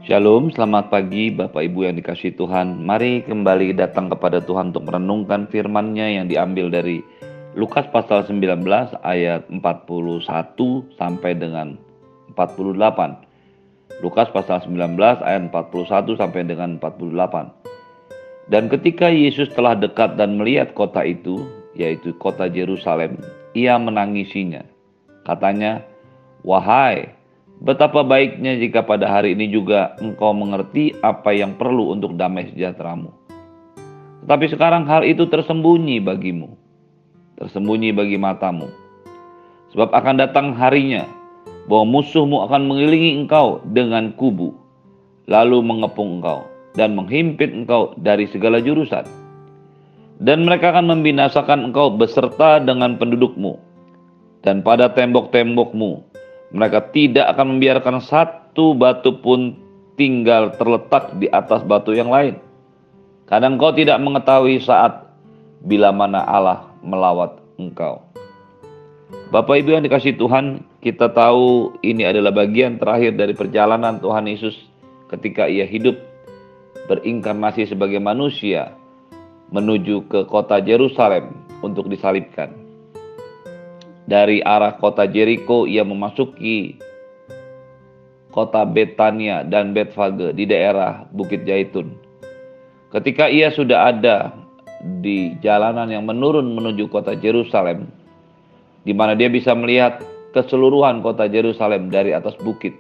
Shalom, selamat pagi Bapak Ibu yang dikasihi Tuhan. Mari kembali datang kepada Tuhan untuk merenungkan firman-Nya yang diambil dari Lukas pasal 19 ayat 41 sampai dengan 48. Lukas pasal 19 ayat 41 sampai dengan 48. Dan ketika Yesus telah dekat dan melihat kota itu, yaitu kota Yerusalem, ia menangisinya. Katanya, "Wahai, betapa baiknya jika pada hari ini juga engkau mengerti apa yang perlu untuk damai sejahteramu. Tetapi sekarang hal itu tersembunyi bagimu, tersembunyi bagi matamu. Sebab akan datang harinya bahwa musuhmu akan mengelilingi engkau dengan kubu, lalu mengepung engkau dan menghimpit engkau dari segala jurusan. Dan mereka akan membinasakan engkau beserta dengan pendudukmu. Dan pada tembok-tembokmu mereka tidak akan membiarkan satu batu pun tinggal terletak di atas batu yang lain. Karena engkau tidak mengetahui saat bila mana Allah melawat engkau." Bapak Ibu yang dikasihi Tuhan, kita tahu ini adalah bagian terakhir dari perjalanan Tuhan Yesus ketika ia hidup berinkarnasi sebagai manusia menuju ke kota Yerusalem untuk disalibkan. Dari arah kota Jericho ia memasuki kota Betania dan Betfage di daerah Bukit Zaitun. Ketika ia sudah ada di jalanan yang menurun menuju kota Yerusalem, di mana dia bisa melihat keseluruhan kota Yerusalem dari atas bukit,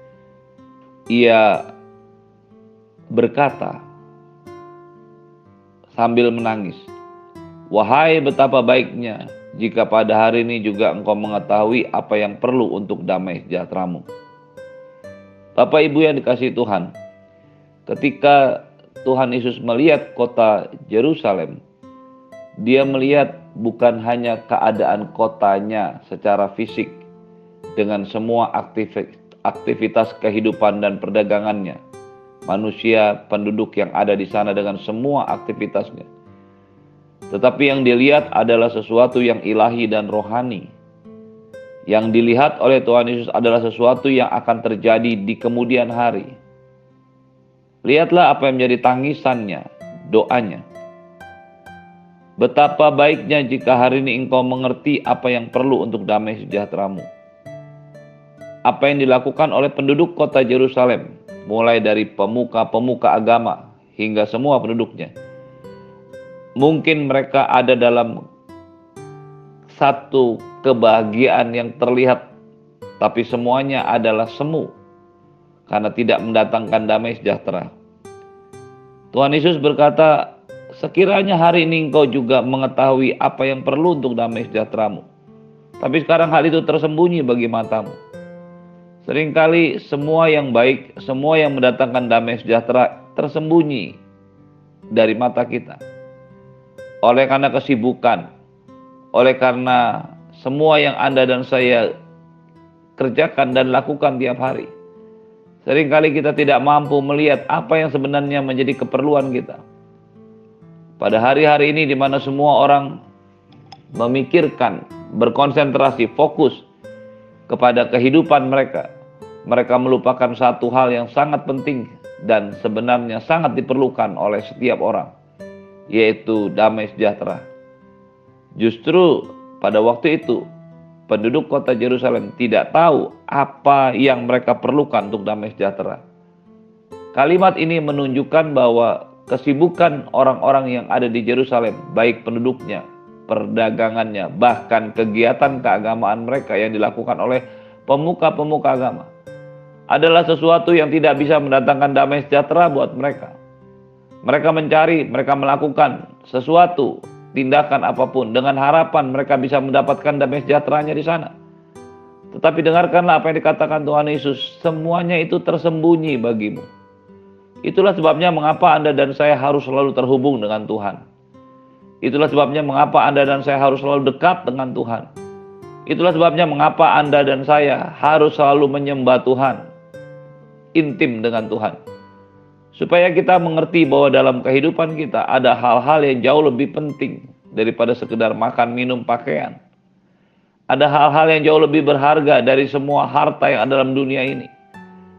ia berkata sambil menangis, "Wahai, betapa baiknya jika pada hari ini juga engkau mengetahui apa yang perlu untuk damai sejahteramu." Bapak Ibu yang dikasihi Tuhan, ketika Tuhan Yesus melihat kota Yerusalem, dia melihat bukan hanya keadaan kotanya secara fisik dengan semua aktivitas kehidupan dan perdagangannya, manusia, penduduk yang ada di sana dengan semua aktivitasnya. Tetapi yang dilihat adalah sesuatu yang ilahi dan rohani. Yang dilihat oleh Tuhan Yesus adalah sesuatu yang akan terjadi di kemudian hari. Lihatlah apa yang menjadi tangisannya, doanya. "Betapa baiknya jika hari ini engkau mengerti apa yang perlu untuk damai sejahteramu." Apa yang dilakukan oleh penduduk kota Yerusalem, mulai dari pemuka-pemuka agama hingga semua penduduknya. Mungkin mereka ada dalam satu kebahagiaan yang terlihat, tapi semuanya adalah semu karena tidak mendatangkan damai sejahtera. Tuhan Yesus berkata, "Sekiranya hari ini engkau juga mengetahui apa yang perlu untuk damai sejahteramu, tapi sekarang hal itu tersembunyi bagi matamu." Seringkali semua yang baik, semua yang mendatangkan damai sejahtera tersembunyi dari mata kita. Oleh karena kesibukan, oleh karena semua yang Anda dan saya kerjakan dan lakukan tiap hari, seringkali kita tidak mampu melihat apa yang sebenarnya menjadi keperluan kita. Pada hari-hari ini di mana semua orang memikirkan, berkonsentrasi, fokus kepada kehidupan mereka, mereka melupakan satu hal yang sangat penting dan sebenarnya sangat diperlukan oleh setiap orang, yaitu damai sejahtera. Justru pada waktu itu, penduduk kota Yerusalem tidak tahu apa yang mereka perlukan untuk damai sejahtera. Kalimat ini menunjukkan bahwa kesibukan orang-orang yang ada di Yerusalem, baik penduduknya, perdagangannya, bahkan kegiatan keagamaan mereka yang dilakukan oleh pemuka-pemuka agama, adalah sesuatu yang tidak bisa mendatangkan damai sejahtera buat mereka. Mereka mencari, mereka melakukan sesuatu, tindakan apapun dengan harapan mereka bisa mendapatkan damai sejahteranya di sana. Tetapi dengarkanlah apa yang dikatakan Tuhan Yesus, semuanya itu tersembunyi bagimu. Itulah sebabnya mengapa Anda dan saya harus selalu terhubung dengan Tuhan. Itulah sebabnya mengapa Anda dan saya harus selalu dekat dengan Tuhan. Itulah sebabnya mengapa Anda dan saya harus selalu menyembah Tuhan, intim dengan Tuhan. Supaya kita mengerti bahwa dalam kehidupan kita ada hal-hal yang jauh lebih penting daripada sekedar makan, minum, pakaian. Ada hal-hal yang jauh lebih berharga dari semua harta yang ada dalam dunia ini.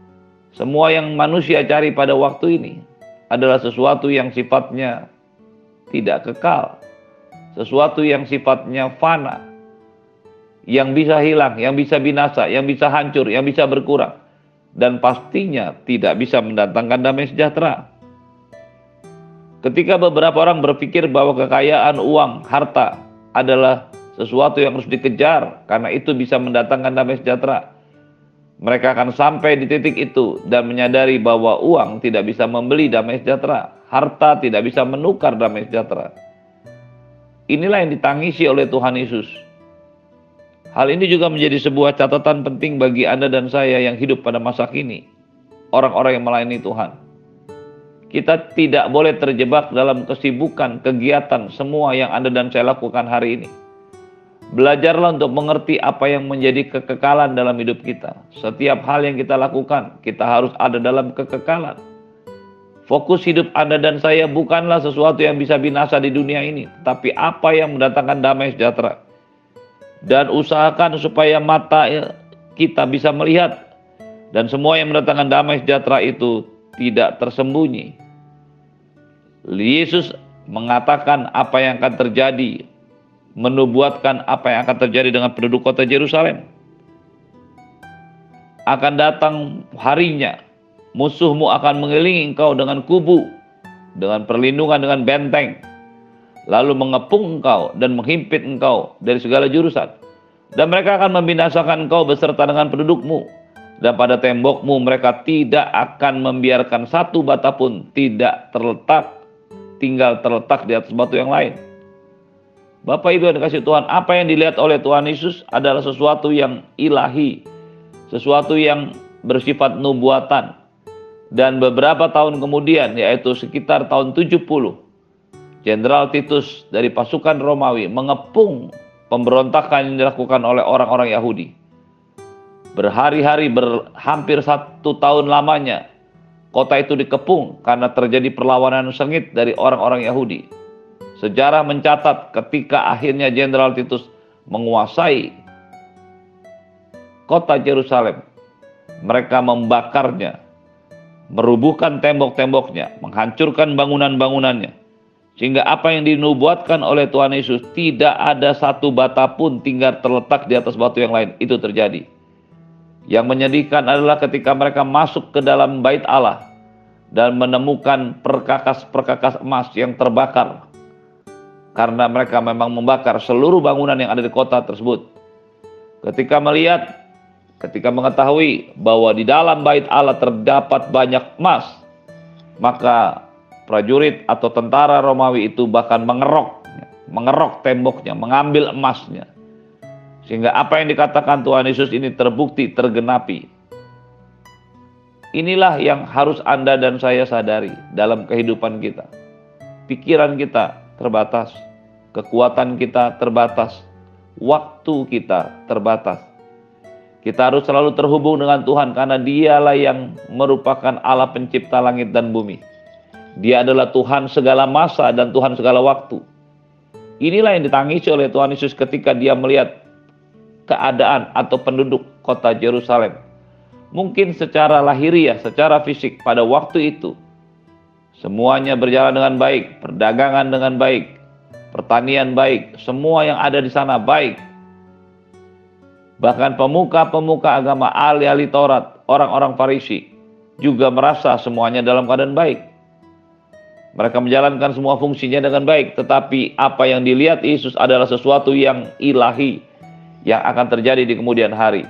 Semua yang manusia cari pada waktu ini adalah sesuatu yang sifatnya tidak kekal, sesuatu yang sifatnya fana, yang bisa hilang, yang bisa binasa, yang bisa hancur, yang bisa berkurang, dan pastinya tidak bisa mendatangkan damai sejahtera. Ketika beberapa orang berpikir bahwa kekayaan, uang, harta adalah sesuatu yang harus dikejar karena itu bisa mendatangkan damai sejahtera, mereka akan sampai di titik itu dan menyadari bahwa uang tidak bisa membeli damai sejahtera, harta tidak bisa menukar damai sejahtera. Inilah yang ditangisi oleh Tuhan Yesus. Hal ini juga menjadi sebuah catatan penting bagi Anda dan saya yang hidup pada masa kini, orang-orang yang melayani Tuhan. Kita tidak boleh terjebak dalam kesibukan, kegiatan, semua yang Anda dan saya lakukan hari ini. Belajarlah untuk mengerti apa yang menjadi kekekalan dalam hidup kita. Setiap hal yang kita lakukan, kita harus ada dalam kekekalan. Fokus hidup Anda dan saya bukanlah sesuatu yang bisa binasa di dunia ini, tapi apa yang mendatangkan damai sejahtera. Dan usahakan supaya mata kita bisa melihat, dan semua yang mendatangkan damai sejahtera itu tidak tersembunyi. Yesus mengatakan apa yang akan terjadi, menubuatkan apa yang akan terjadi dengan penduduk kota Yerusalem. Akan datang harinya, musuhmu akan mengelilingi engkau dengan kubu, dengan perlindungan, dengan benteng, lalu mengepung engkau dan menghimpit engkau dari segala jurusan. Dan mereka akan membinasakan engkau beserta dengan pendudukmu. Dan pada tembokmu mereka tidak akan membiarkan satu bata pun tinggal terletak di atas batu yang lain. Bapak Ibu yang dikasihi Tuhan, apa yang dilihat oleh Tuhan Yesus adalah sesuatu yang ilahi, sesuatu yang bersifat nubuatan. Dan beberapa tahun kemudian, yaitu sekitar tahun 70, Jenderal Titus dari pasukan Romawi mengepung pemberontakan yang dilakukan oleh orang-orang Yahudi. Berhari-hari, hampir 1 tahun lamanya, kota itu dikepung karena terjadi perlawanan sengit dari orang-orang Yahudi. Sejarah mencatat ketika akhirnya Jenderal Titus menguasai kota Yerusalem, mereka membakarnya, merubuhkan tembok-temboknya, menghancurkan bangunan-bangunannya. Sehingga apa yang dinubuatkan oleh Tuhan Yesus, tidak ada satu bata pun tinggal terletak di atas batu yang lain. Itu terjadi. Yang menyedihkan adalah ketika mereka masuk ke dalam bait Allah dan menemukan perkakas-perkakas emas yang terbakar. Karena mereka memang membakar seluruh bangunan yang ada di kota tersebut. Ketika mengetahui bahwa di dalam bait Allah terdapat banyak emas, maka prajurit atau tentara Romawi itu bahkan mengerok temboknya, mengambil emasnya. Sehingga apa yang dikatakan Tuhan Yesus ini terbukti, tergenapi. Inilah yang harus Anda dan saya sadari dalam kehidupan kita. Pikiran kita terbatas, kekuatan kita terbatas, waktu kita terbatas. Kita harus selalu terhubung dengan Tuhan karena Dialah yang merupakan Allah pencipta langit dan bumi. Dia adalah Tuhan segala masa dan Tuhan segala waktu. Inilah yang ditangisi oleh Tuhan Yesus ketika Dia melihat keadaan atau penduduk kota Yerusalem. Mungkin secara lahiriah, secara fisik pada waktu itu semuanya berjalan dengan baik, perdagangan dengan baik, pertanian baik, semua yang ada di sana baik. Bahkan pemuka-pemuka agama, ahli-ahli Taurat, orang-orang Farisi juga merasa semuanya dalam keadaan baik. Mereka menjalankan semua fungsinya dengan baik, tetapi apa yang dilihat Yesus adalah sesuatu yang ilahi yang akan terjadi di kemudian hari.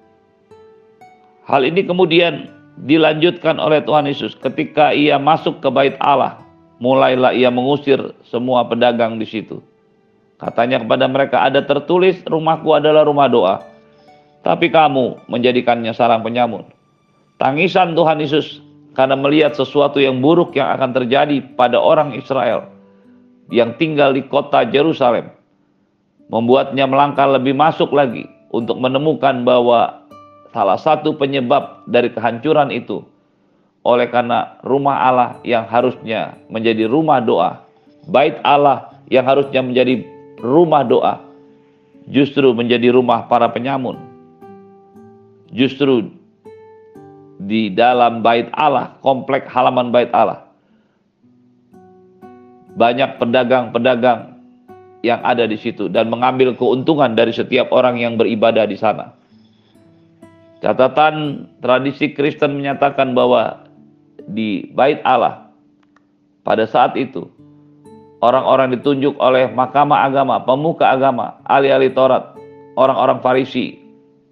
Hal ini kemudian dilanjutkan oleh Tuhan Yesus ketika Ia masuk ke bait Allah. Mulailah Ia mengusir semua pedagang di situ. Katanya kepada mereka, ada tertulis, rumahku adalah rumah doa, tapi kamu menjadikannya sarang penyamun. Tangisan Tuhan Yesus karena melihat sesuatu yang buruk yang akan terjadi pada orang Israel yang tinggal di kota Yerusalem, membuatnya melangkah lebih masuk lagi untuk menemukan bahwa salah satu penyebab dari kehancuran itu oleh karena rumah Allah yang harusnya menjadi rumah doa, bait Allah yang harusnya menjadi rumah doa, justru menjadi rumah para penyamun. Justru di dalam bait Allah, komplek halaman bait Allah. Banyak pedagang-pedagang yang ada di situ dan mengambil keuntungan dari setiap orang yang beribadah di sana. Catatan tradisi Kristen menyatakan bahwa di bait Allah pada saat itu orang-orang ditunjuk oleh mahkamah agama, pemuka agama, ahli-ahli Taurat, orang-orang Farisi.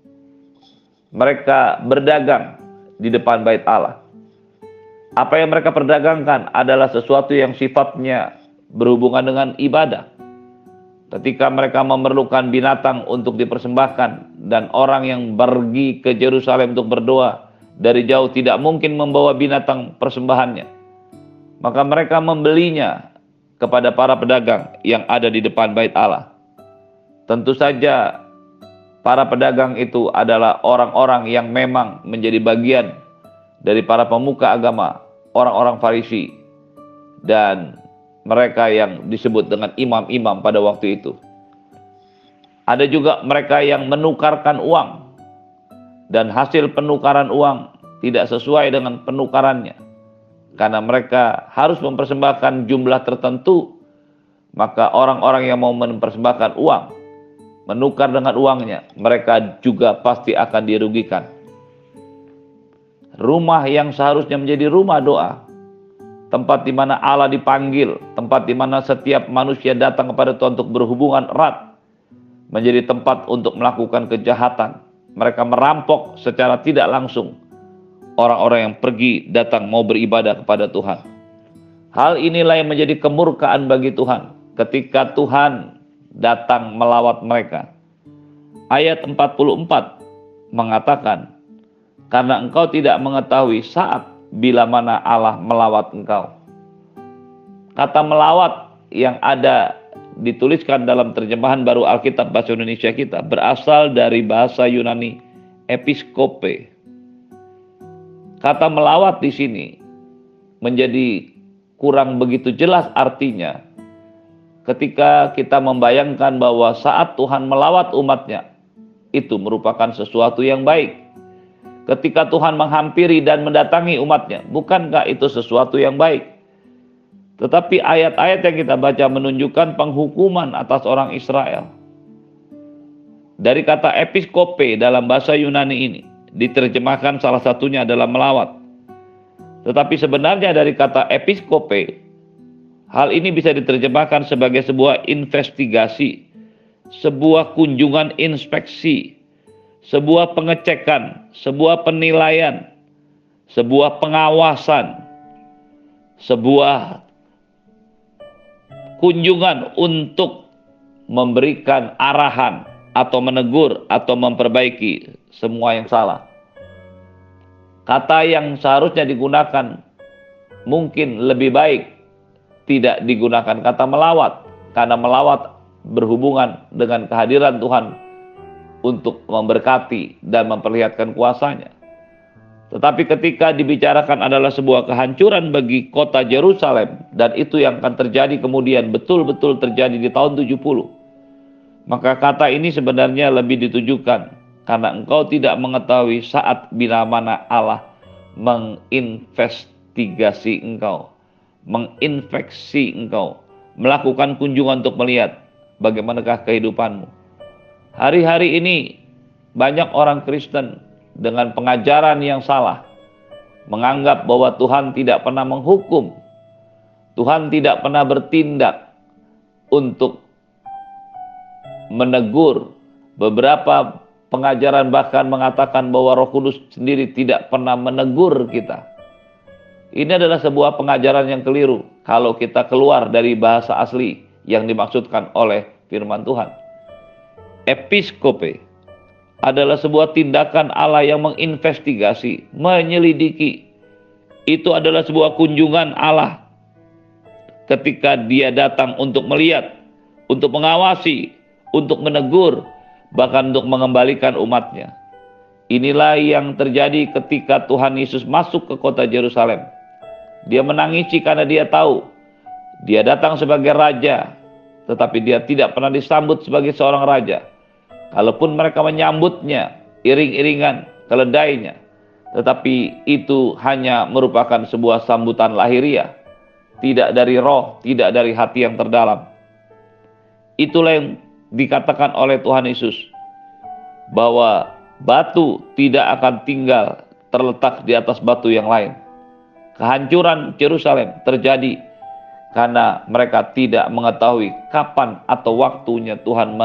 Mereka berdagang di depan bait Allah. Apa yang mereka perdagangkan adalah sesuatu yang sifatnya berhubungan dengan ibadah. Ketika mereka memerlukan binatang untuk dipersembahkan dan orang yang pergi ke Yerusalem untuk berdoa dari jauh tidak mungkin membawa binatang persembahannya, maka mereka membelinya kepada para pedagang yang ada di depan bait Allah. Tentu saja para pedagang itu adalah orang-orang yang memang menjadi bagian dari para pemuka agama, orang-orang Farisi, dan mereka yang disebut dengan imam-imam pada waktu itu. Ada juga mereka yang menukarkan uang, dan hasil penukaran uang tidak sesuai dengan penukarannya. Karena mereka harus mempersembahkan jumlah tertentu, maka orang-orang yang mau mempersembahkan uang, menukar dengan uangnya, mereka juga pasti akan dirugikan. Rumah yang seharusnya menjadi rumah doa, tempat di mana Allah dipanggil, tempat di mana setiap manusia datang kepada Tuhan untuk berhubungan erat, menjadi tempat untuk melakukan kejahatan. Mereka merampok secara tidak langsung orang-orang yang pergi datang mau beribadah kepada Tuhan. Hal inilah yang menjadi kemurkaan bagi Tuhan ketika Tuhan datang melawat mereka. Ayat 44 mengatakan, karena engkau tidak mengetahui saat bila mana Allah melawat engkau. Kata melawat yang ada dituliskan dalam terjemahan baru Alkitab bahasa Indonesia kita berasal dari bahasa Yunani episkope. Kata melawat di sini menjadi kurang begitu jelas artinya ketika kita membayangkan bahwa saat Tuhan melawat umatnya itu merupakan sesuatu yang baik. Ketika Tuhan menghampiri dan mendatangi umatnya, bukankah itu sesuatu yang baik? Tetapi ayat-ayat yang kita baca menunjukkan penghukuman atas orang Israel. Dari kata episkope dalam bahasa Yunani ini, diterjemahkan salah satunya adalah melawat. Tetapi sebenarnya dari kata episkope, hal ini bisa diterjemahkan sebagai sebuah investigasi, sebuah kunjungan inspeksi, sebuah pengecekan, sebuah penilaian, sebuah pengawasan, sebuah kunjungan untuk memberikan arahan atau menegur atau memperbaiki semua yang salah. Kata yang seharusnya digunakan mungkin lebih baik tidak digunakan kata melawat, karena melawat berhubungan dengan kehadiran Tuhan untuk memberkati dan memperlihatkan kuasanya. Tetapi ketika dibicarakan adalah sebuah kehancuran bagi kota Yerusalem, dan itu yang akan terjadi kemudian betul-betul terjadi di tahun 70, maka kata ini sebenarnya lebih ditujukan karena engkau tidak mengetahui saat bila mana Allah menginvestigasi engkau, menginfeksi engkau, melakukan kunjungan untuk melihat bagaimanakah kehidupanmu. Hari-hari ini banyak orang Kristen dengan pengajaran yang salah menganggap bahwa Tuhan tidak pernah menghukum, Tuhan tidak pernah bertindak untuk menegur. Beberapa pengajaran bahkan mengatakan bahwa Roh Kudus sendiri tidak pernah menegur kita. Ini adalah sebuah pengajaran yang keliru kalau kita keluar dari bahasa asli yang dimaksudkan oleh firman Tuhan. Episkope adalah sebuah tindakan Allah yang menginvestigasi, menyelidiki. Itu adalah sebuah kunjungan Allah ketika Dia datang untuk melihat, untuk mengawasi, untuk menegur, bahkan untuk mengembalikan umatnya. Inilah yang terjadi ketika Tuhan Yesus masuk ke kota Yerusalem. Dia menangisi karena Dia tahu Dia datang sebagai raja, tetapi Dia tidak pernah disambut sebagai seorang raja. Kalaupun mereka menyambutnya, iring-iringan, keledainya, tetapi itu hanya merupakan sebuah sambutan lahiriah, tidak dari roh, tidak dari hati yang terdalam. Itulah yang dikatakan oleh Tuhan Yesus, bahwa batu tidak akan tinggal terletak di atas batu yang lain. Kehancuran Yerusalem terjadi karena mereka tidak mengetahui kapan atau waktunya Tuhan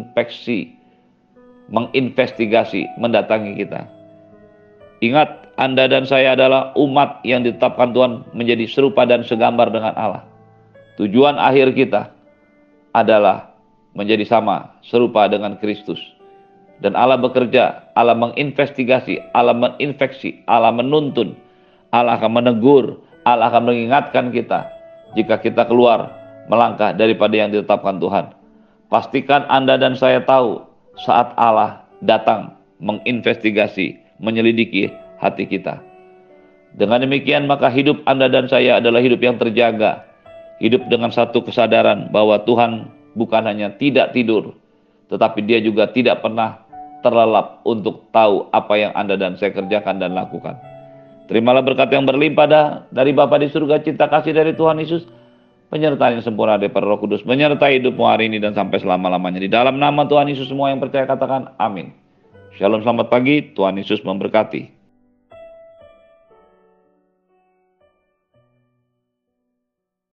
menginvestigasi, mendatangi kita. Ingat, Anda dan saya adalah umat yang ditetapkan Tuhan menjadi serupa dan segambar dengan Allah. Tujuan akhir kita adalah menjadi sama, serupa dengan Kristus. Dan Allah bekerja, Allah menginvestigasi, Allah menginfeksi, Allah menuntun, Allah akan menegur, Allah akan mengingatkan kita jika kita keluar melangkah daripada yang ditetapkan Tuhan. Pastikan Anda dan saya tahu saat Allah datang menginvestigasi, menyelidiki hati kita. Dengan demikian maka hidup Anda dan saya adalah hidup yang terjaga, hidup dengan satu kesadaran bahwa Tuhan bukan hanya tidak tidur, tetapi Dia juga tidak pernah terlelap untuk tahu apa yang Anda dan saya kerjakan dan lakukan. Terimalah berkat yang berlimpah dari Bapa di surga, cinta kasih dari Tuhan Yesus, penyertaan yang sempurna daripada Roh Kudus, menyertai hidupmu hari ini dan sampai selama-lamanya. Di dalam nama Tuhan Yesus semua yang percaya katakan amin. Shalom, selamat pagi, Tuhan Yesus memberkati.